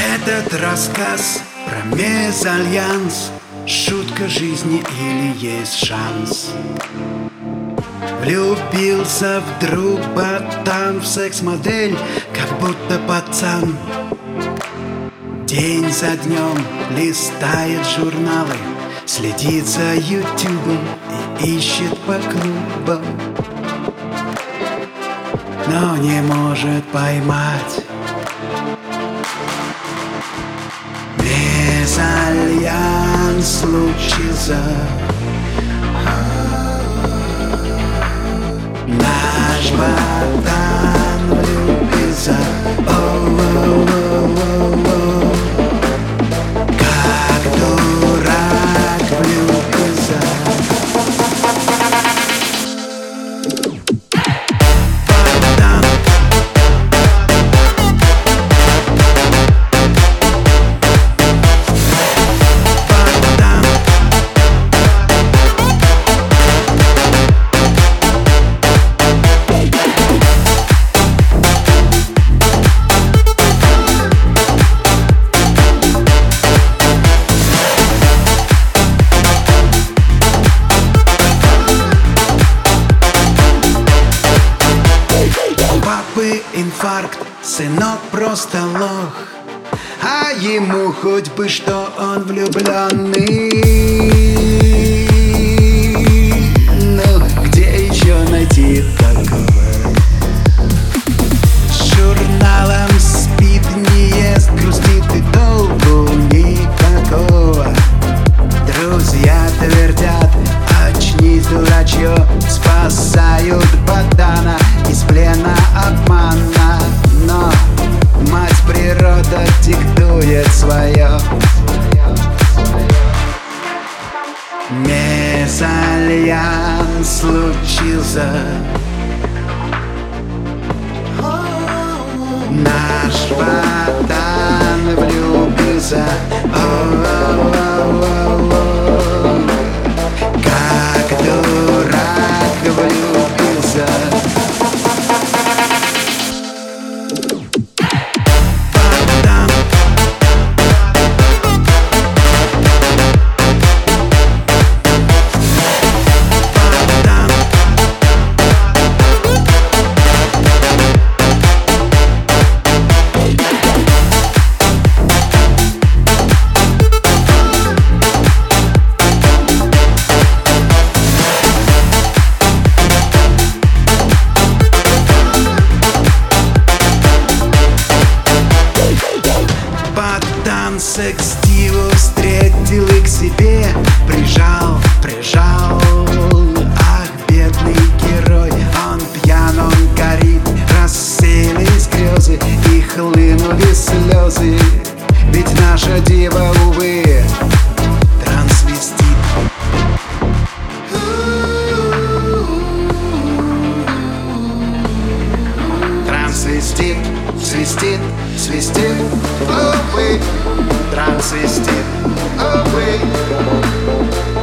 Этот рассказ про мезальянс, шутка жизни или есть шанс? Влюбился вдруг ботан в секс-модель, как будто пацан. День за днем листает журналы, следит за ютубом и ищет по клубам, но не может поймать. Мезальянс случился. Наш ботан влюбился. Как дурак влюбился. Ботан. Папы инфаркт, сынок просто лох, а ему хоть бы что, он влюбленный. Ну, где еще найти такого? С журналом спит, не ест, грустит и толку никакого. Друзья твердят: очнись, дурачье, спасают ботана из плена обмана. Но мать природа диктует свое. Мезальянс случился. Наш ботан влюбился. Как дурак влюбился. Ботан. Ботан. Ботан секс-диву встретил и к себе прижал. Ах, бедный герой, он пьян, он горит. Рассеялись грезы и хлынули слезы. Ведь наша дива, увы, трансвестит. Трансвестит, свистит, свистит, увы, трансвестит, увы.